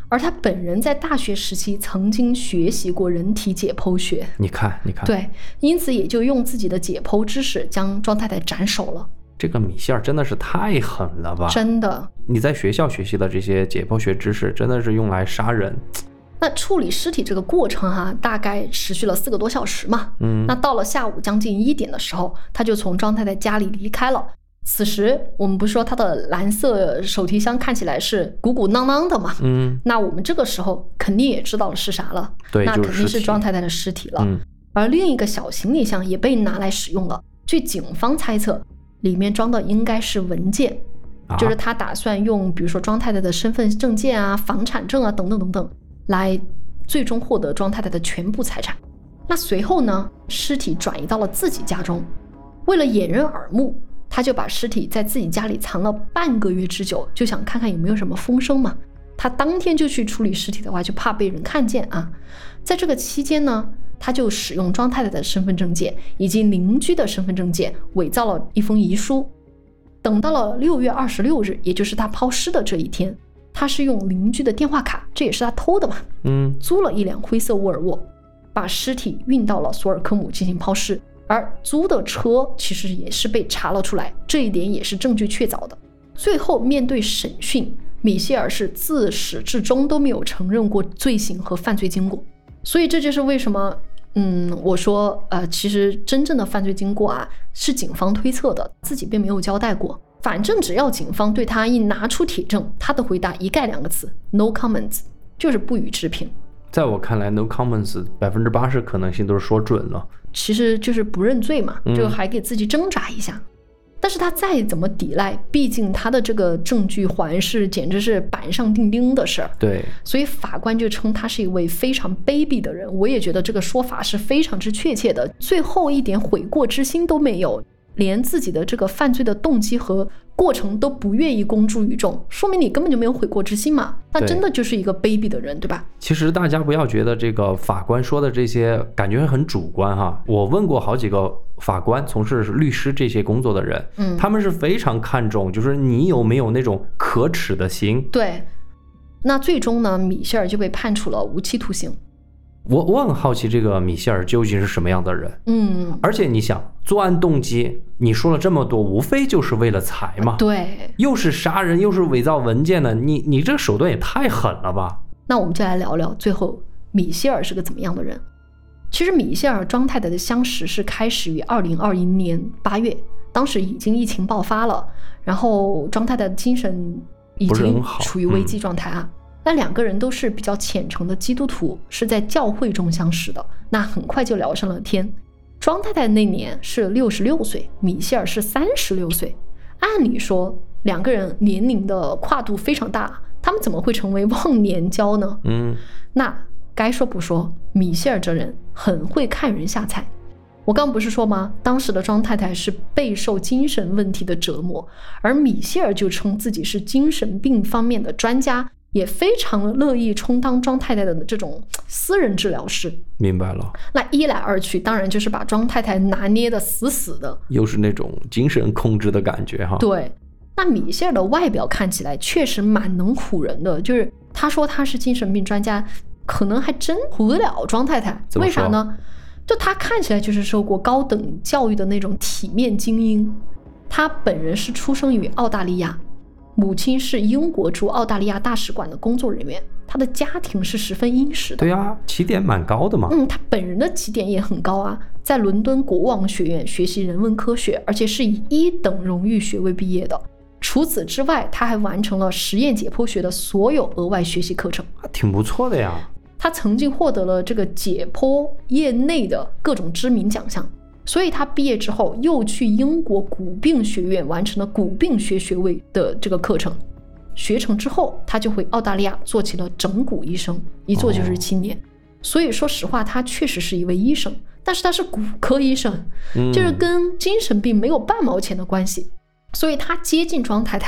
A: 而他本人在大学时期曾经学习过人体解剖学。
B: 你看，
A: 对，因此也就用自己的解剖知识将庄太太斩首了。
B: 这个米歇尔真的是太狠了吧！
A: 真的，
B: 你在学校学习的这些解剖学知识，真的是用来杀人。
A: 那处理尸体这个过程大概持续了4个多小时嘛。那到了下午将近1点的时候，他就从庄太太家里离开了。此时我们不是说他的蓝色手提箱看起来是鼓鼓囊囊的嘛？那我们这个时候肯定也知道了是啥了。
B: 对，
A: 那肯定是庄太太的尸体了。而另一个小行李箱也被拿来使用了。据警方猜测，里面装的应该是文件，就是他打算用比如说庄太太的身份证件啊、房产证啊等等等等，来最终获得庄太太的全部财产。那随后呢，尸体转移到了自己家中，为了掩人耳目，他就把尸体在自己家里藏了半个月之久，就想看看有没有什么风声嘛。他当天就去处理尸体的话，就怕被人看见啊。在这个期间呢，他就使用庄太太的身份证件以及邻居的身份证件伪造了一封遗书。等到了6月26日，也就是他抛尸的这一天，他是用邻居的电话卡，这也是他偷的嘛，租了一辆灰色沃尔沃，把尸体运到了索尔科姆进行抛尸。而租的车其实也是被查了出来，这一点也是证据确凿的。最后面对审讯，米歇尔是自始至终都没有承认过罪行和犯罪经过。所以这就是为什么我说其实真正的犯罪经过是警方推测的，自己并没有交代过。反正只要警方对他一拿出铁证，他的回答一概2个字 no comments， 就是不予置评。
B: 在我看来 no comments 80%可能性都是说准了，
A: 其实就是不认罪嘛，就还给自己挣扎一下。但是他再怎么抵赖，毕竟他的这个证据还是简直是板上钉钉的事儿。
B: 对，
A: 所以法官就称他是一位非常卑鄙的人。我也觉得这个说法是非常之确切的，最后一点悔过之心都没有，连自己的这个犯罪的动机和过程都不愿意公诸于众，说明你根本就没有悔过之心嘛。那真的就是一个卑鄙的人，对吧？
B: 其实大家不要觉得这个法官说的这些感觉很主观哈。我问过好几个法官，从事律师这些工作的人，他们是非常看重就是你有没有那种可耻的心。
A: 对，那最终呢，米歇尔就被判处了无期徒刑。
B: 我很好奇这个米歇尔究竟是什么样的人。而且你想，作案动机你说了这么多，无非就是为了财嘛。
A: 对，
B: 又是杀人又是伪造文件的，你这个手段也太狠了吧。
A: 那我们就来聊聊最后米歇尔是个怎么样的人。其实米歇尔庄太太的相识是开始于2020年8月，当时已经疫情爆发了，然后庄太太的精神已经处于危机状态但2个人都是比较虔诚的基督徒，是在教会中相识的，那很快就聊上了天。庄太太那年是66岁，米歇尔是36岁，按理说2个人年龄的跨度非常大，他们怎么会成为忘年交呢？那该说不说，米歇尔这人很会看人下菜。我刚不是说吗？当时的庄太太是备受精神问题的折磨，而米歇尔就称自己是精神病方面的专家，也非常乐意充当庄太太的这种私人治疗师。
B: 明白了。
A: 那一来二去，当然就是把庄太太拿捏的死死的，
B: 又是那种精神控制的感觉哈。
A: 对，那米歇尔的外表看起来确实蛮能唬人的，就是他说他是精神病专家，可能还真唬得了庄太太。为啥呢？就他看起来就是受过高等教育的那种体面精英。他本人是出生于澳大利亚，母亲是英国驻澳大利亚大使馆的工作人员，他的家庭是十分殷实的。
B: 对啊，起点蛮高的嘛。
A: 他本人的起点也很高啊，在伦敦国王学院学习人文科学，而且是以1等荣誉学位毕业的。除此之外，他还完成了实验解剖学的所有额外学习课程，
B: 挺不错的呀。
A: 他曾经获得了这个解剖业内的各种知名奖项，所以他毕业之后又去英国骨病学院完成了骨病学学位的这个课程。学成之后，他就回澳大利亚做起了整骨医生，一做就是7年。所以说实话，他确实是一位医生，但是他是骨科医生，就是跟精神病没有半毛钱的关系。所以他接近庄太太，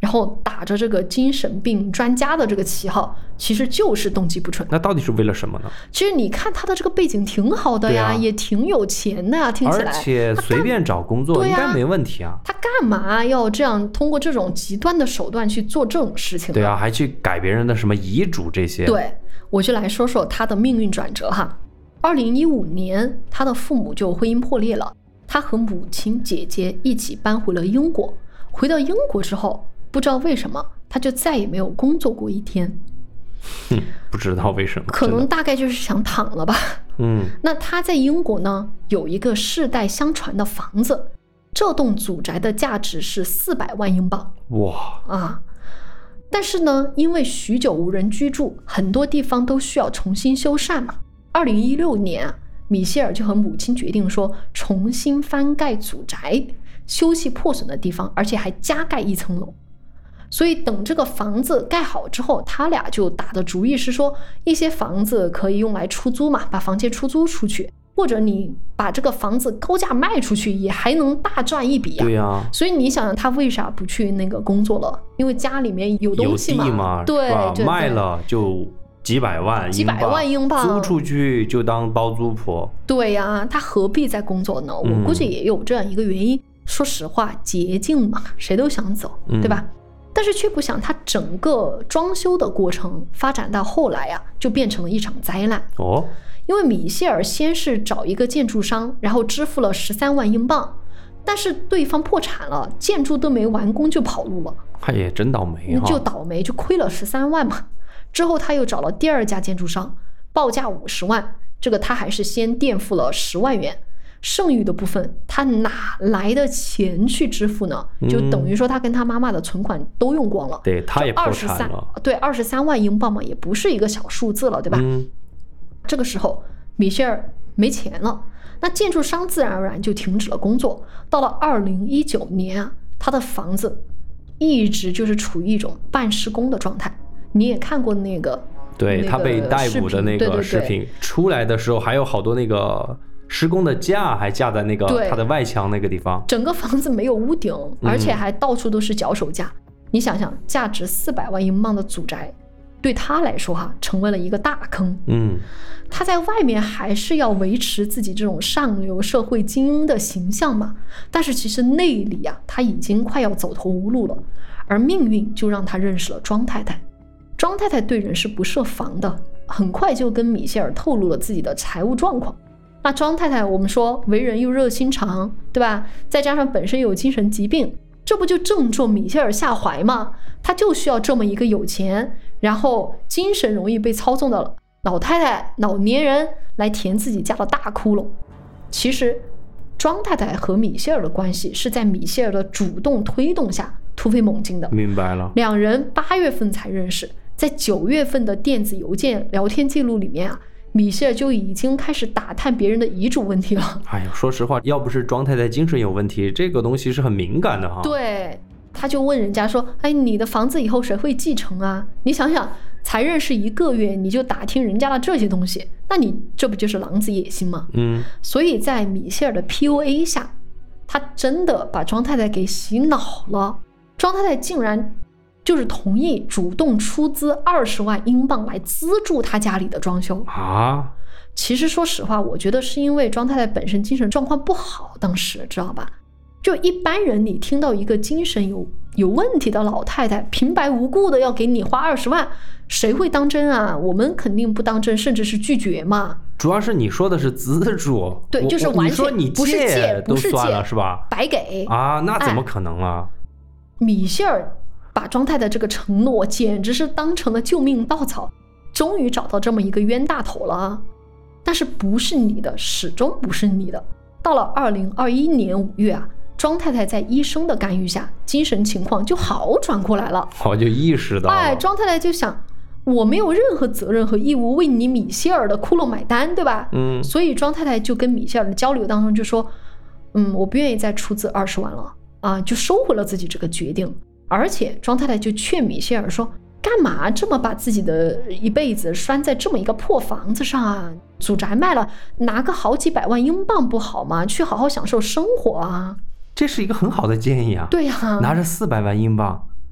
A: 然后打着这个精神病专家的这个旗号，其实就是动机不纯。
B: 那到底是为了什么呢？
A: 其实你看他的这个背景挺好的呀，也挺有钱的呀，听起来。
B: 而且随便找工作应该没问题啊。
A: 他干嘛要这样通过这种极端的手段去做这种事情？
B: 对啊，还去改别人的什么遗嘱这些。
A: 对，我就来说说他的命运转折哈。2015年，他的父母就婚姻破裂了，他和母亲、姐姐一起搬回了英国。回到英国之后，不知道为什么，他就再也没有工作过一天。
B: 不知道为什么，
A: 可能大概就是想躺了吧。那他在英国呢，有一个世代相传的房子，这栋祖宅的价值是400万英镑。
B: 哇
A: 啊！但是呢，因为许久无人居住，很多地方都需要重新修缮嘛。2016年，米歇尔就和母亲决定说，重新翻盖祖宅，修葺破损的地方，而且还加盖1层楼。所以等这个房子盖好之后，他俩就打的主意是说，一些房子可以用来出租嘛，把房间出租出去，或者你把这个房子高价卖出去，也还能大赚一笔啊。
B: 对啊，
A: 所以你想想他为啥不去那个工作了？因为家里面有东西嘛，
B: 有地嘛，
A: 对，
B: 卖了就几百万英镑，租出去就当包租婆。
A: 对呀，他何必再工作呢？我估计也有这样一个原因。说实话，捷径嘛，谁都想走，对吧？但是却不想他整个装修的过程发展到后来呀，就变成了一场灾难。因为米歇尔先是找一个建筑商，然后支付了13万英镑，但是对方破产了，建筑都没完工就跑路了。
B: 他也真倒霉
A: 就倒霉，就亏了13万嘛。之后他又找了第2家建筑商，报价50万，这个他还是先垫付了10万元，剩余的部分他哪来的钱去支付呢？就等于说他跟他妈妈的存款都用光了。
B: 对，他也破产了。
A: 对，23万英镑嘛，也不是一个小数字了，对吧？这个时候米歇尔没钱了，那建筑商自然而然就停止了工作。到了2019年啊，他的房子一直就是处于一种半施工的状态。你也看过那个，
B: 对，他被逮捕的那个视频出来的时候，还有好多那个施工的架还架在那个他的外墙那个地方，
A: 整个房子没有屋顶，而且还到处都是脚手架。你想想，价值400万英镑的祖宅，对他来说成为了一个大坑。他在外面还是要维持自己这种上流社会精英的形象嘛，但是其实内里他已经快要走投无路了。而命运就让他认识了庄太太。庄太太对人是不设防的，很快就跟米歇尔透露了自己的财务状况。那庄太太我们说为人又热心肠，对吧？再加上本身有精神疾病，这不就正中米歇尔下怀吗？他就需要这么一个有钱，然后精神容易被操纵的老太太、老年人来填自己家的大窟窿。其实庄太太和米歇尔的关系是在米歇尔的主动推动下突飞猛进的。
B: 明白了。
A: 两人8月份才认识，在9月份的电子邮件聊天记录里面米歇尔就已经开始打探别人的遗嘱问题了。
B: 哎呀，说实话，要不是庄太太精神有问题，这个东西是很敏感的哈。
A: 对，他就问人家说，哎，你的房子以后谁会继承啊？你想想，才认识1个月你就打听人家的这些东西，那你这不就是狼子野心吗？所以在米歇尔的 PUA 下，他真的把庄太太给洗脑了。庄太太竟然就是同意主动出资20万英镑来资助他家里的装修
B: 啊！
A: 其实说实话，我觉得是因为庄太太本身精神状况不好，当时知道吧？就一般人，你听到一个精神有问题的老太太平白无故的要给你花20万，谁会当真啊？我们肯定不当真，甚至是拒绝嘛。
B: 主要是你说的是资助，
A: 对，就是完全
B: 你
A: 不是借，
B: 都算了是吧？
A: 白给
B: 啊，那怎么可能啊？
A: 米歇尔把庄太太这个承诺简直是当成了救命稻草，终于找到这么一个冤大头了。但是不是你的，始终不是你的。到了2021年5月庄太太在医生的干预下，精神情况就好转过来了。
B: 就意识到了。
A: 庄太太就想，我没有任何责任和义务为你米歇尔的窟窿买单，对吧？所以庄太太就跟米歇尔的交流当中就说，我不愿意再出资20万了就收回了自己这个决定。而且庄太太就劝米歇尔说，干嘛这么把自己的一辈子拴在这么一个破房子上啊？祖宅卖了，拿个好几百万英镑不好吗？去好好享受生活啊！
B: 这是一个很好的建议啊。
A: 对呀，
B: 拿着400万英镑，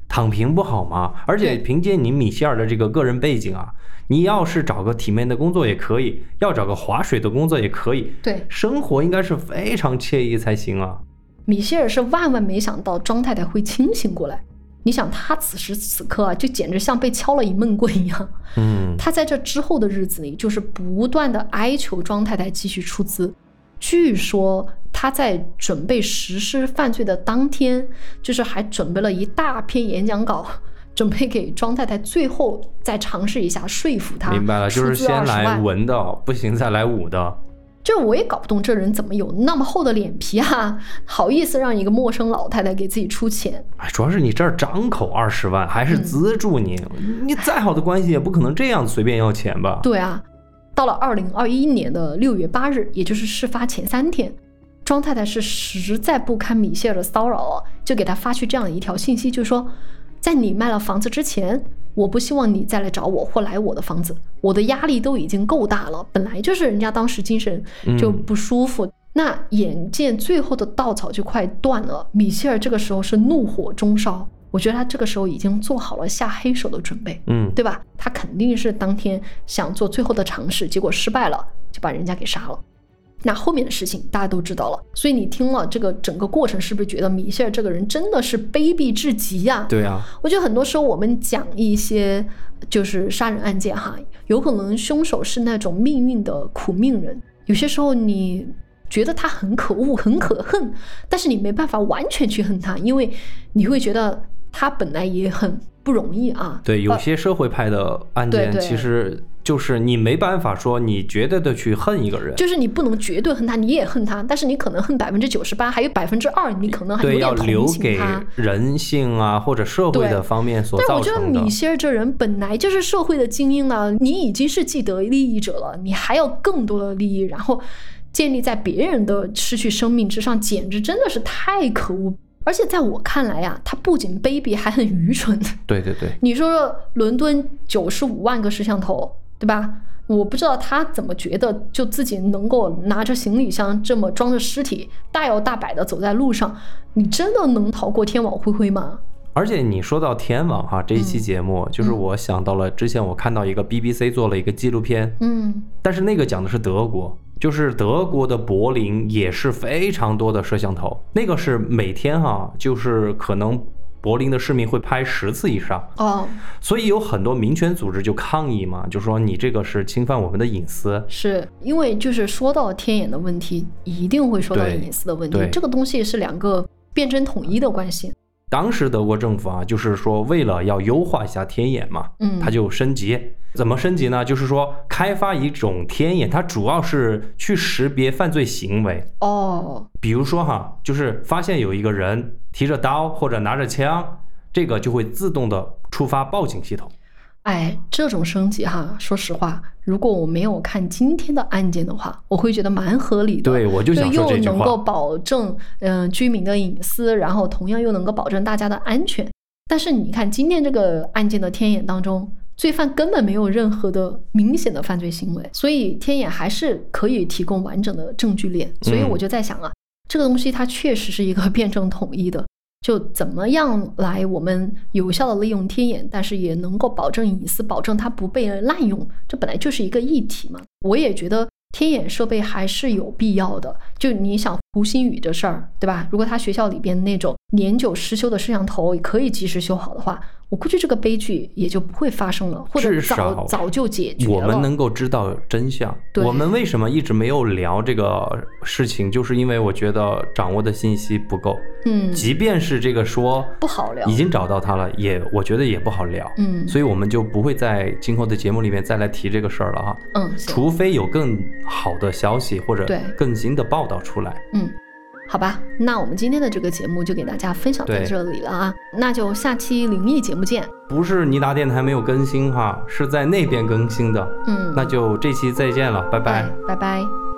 B: 躺平不好吗？而且凭借你米歇尔的这个个人背景啊，你要是找个体面的工作也可以，要找个划水的工作也可以，
A: 对，
B: 生活应该是非常惬意才行啊。
A: 米歇尔是万万没想到庄太太会清醒过来。你想他此时此刻啊，就简直像被敲了一闷棍一样。他在这之后的日子里，就是不断的哀求庄太太继续出资。据说他在准备实施犯罪的当天，就是还准备了一大篇演讲稿，准备给庄太太最后再尝试一下说服他。
B: 明白了，就是先来文的，不行再来武的。
A: 就我也搞不懂这人怎么有那么厚的脸皮啊，好意思让一个陌生老太太给自己出钱。
B: 主要是你这儿张口20万，还是资助你，你再好的关系也不可能这样随便要钱吧？
A: 对啊，到了2021年的6月8日，也就是事发前3天，庄太太是实在不堪米歇尔的骚扰了，就给他发去这样一条信息，就说在你卖了房子之前，我不希望你再来找我或来我的房子，我的压力都已经够大了，本来就是人家当时精神就不舒服，那眼见最后的稻草就快断了，米歇尔这个时候是怒火中烧，我觉得他这个时候已经做好了下黑手的准备，对吧？他肯定是当天想做最后的尝试，结果失败了，就把人家给杀了。那后面的事情大家都知道了，所以你听了这个整个过程，是不是觉得米歇尔这个人真的是卑鄙至极呀？
B: 对啊，
A: 我觉得很多时候我们讲一些就是杀人案件哈，有可能凶手是那种命运的苦命人，有些时候你觉得他很可恶很可恨，但是你没办法完全去恨他，因为你会觉得他本来也很不容易啊。
B: 对，有些社会派的案件其实就是你没办法说你绝对的去恨一个人，
A: 就是你不能绝对恨他，你也恨他，但是你可能恨98%，还有2%你可能还有点同情他。对，
B: 要留给人性啊或者社会的方面所造成的。
A: 但我觉得米歇尔这人本来就是社会的精英了，你已经是既得利益者了，你还要更多的利益，然后建立在别人的失去生命之上，简直真的是太可恶。而且在我看来啊，他不仅卑鄙还很愚蠢。
B: 对对对，
A: 你说伦敦95万个摄像头，对吧？我不知道他怎么觉得就自己能够拿着行李箱这么装着尸体大摇大摆的走在路上，你真的能逃过天网恢恢吗？
B: 而且你说到天网哈，这一期节目就是我想到了之前我看到一个 BBC 做了一个纪录片，但是那个讲的是德国，就是德国的柏林也是非常多的摄像头，那个是每天哈，就是可能柏林的市民会拍10次以上所以有很多民权组织就抗议嘛，就说你这个是侵犯我们的隐私。
A: 是因为就是说到天眼的问题，一定会说到隐私的问题，这个东西是两个辩证统一的关系。
B: 当时德国政府啊，就是说为了要优化一下天眼嘛，它就升级。怎么升级呢？就是说开发一种天眼，它主要是去识别犯罪行为。比如说哈，就是发现有一个人提着刀或者拿着枪，这个就会自动的触发报警系统。
A: 这种升级哈，说实话，如果我没有看今天的案件的话，我会觉得蛮合理的。
B: 对，我就想说这句话，
A: 又能够保证居民的隐私，然后同样又能够保证大家的安全。但是你看今天这个案件的天眼当中，罪犯根本没有任何的明显的犯罪行为，所以天眼还是可以提供完整的证据链。所以我就在想啊，这个东西它确实是一个辩证统一的。就怎么样来我们有效的利用天眼，但是也能够保证隐私，保证它不被滥用，这本来就是一个议题嘛。我也觉得天眼设备还是有必要的。就你想胡鑫宇的事儿，对吧？如果他学校里边那种年久失修的摄像头也可以及时修好的话，我估计这个悲剧也就不会发生了，或者早就解决了。
B: 我们能够知道真相。我们为什么一直没有聊这个事情，就是因为我觉得掌握的信息不够。即便是这个说
A: 不好聊，
B: 已经找到它了，我觉得也不好聊。所以我们就不会在今后的节目里面再来提这个事儿了哈。除非有更好的消息或者更新的报道出来。
A: 好吧，那我们今天的这个节目就给大家分享在这里了啊，那就下期灵异节目见。
B: 不是尼达电台没有更新哈，是在那边更新的。那就这期再见了，拜拜，
A: 拜拜。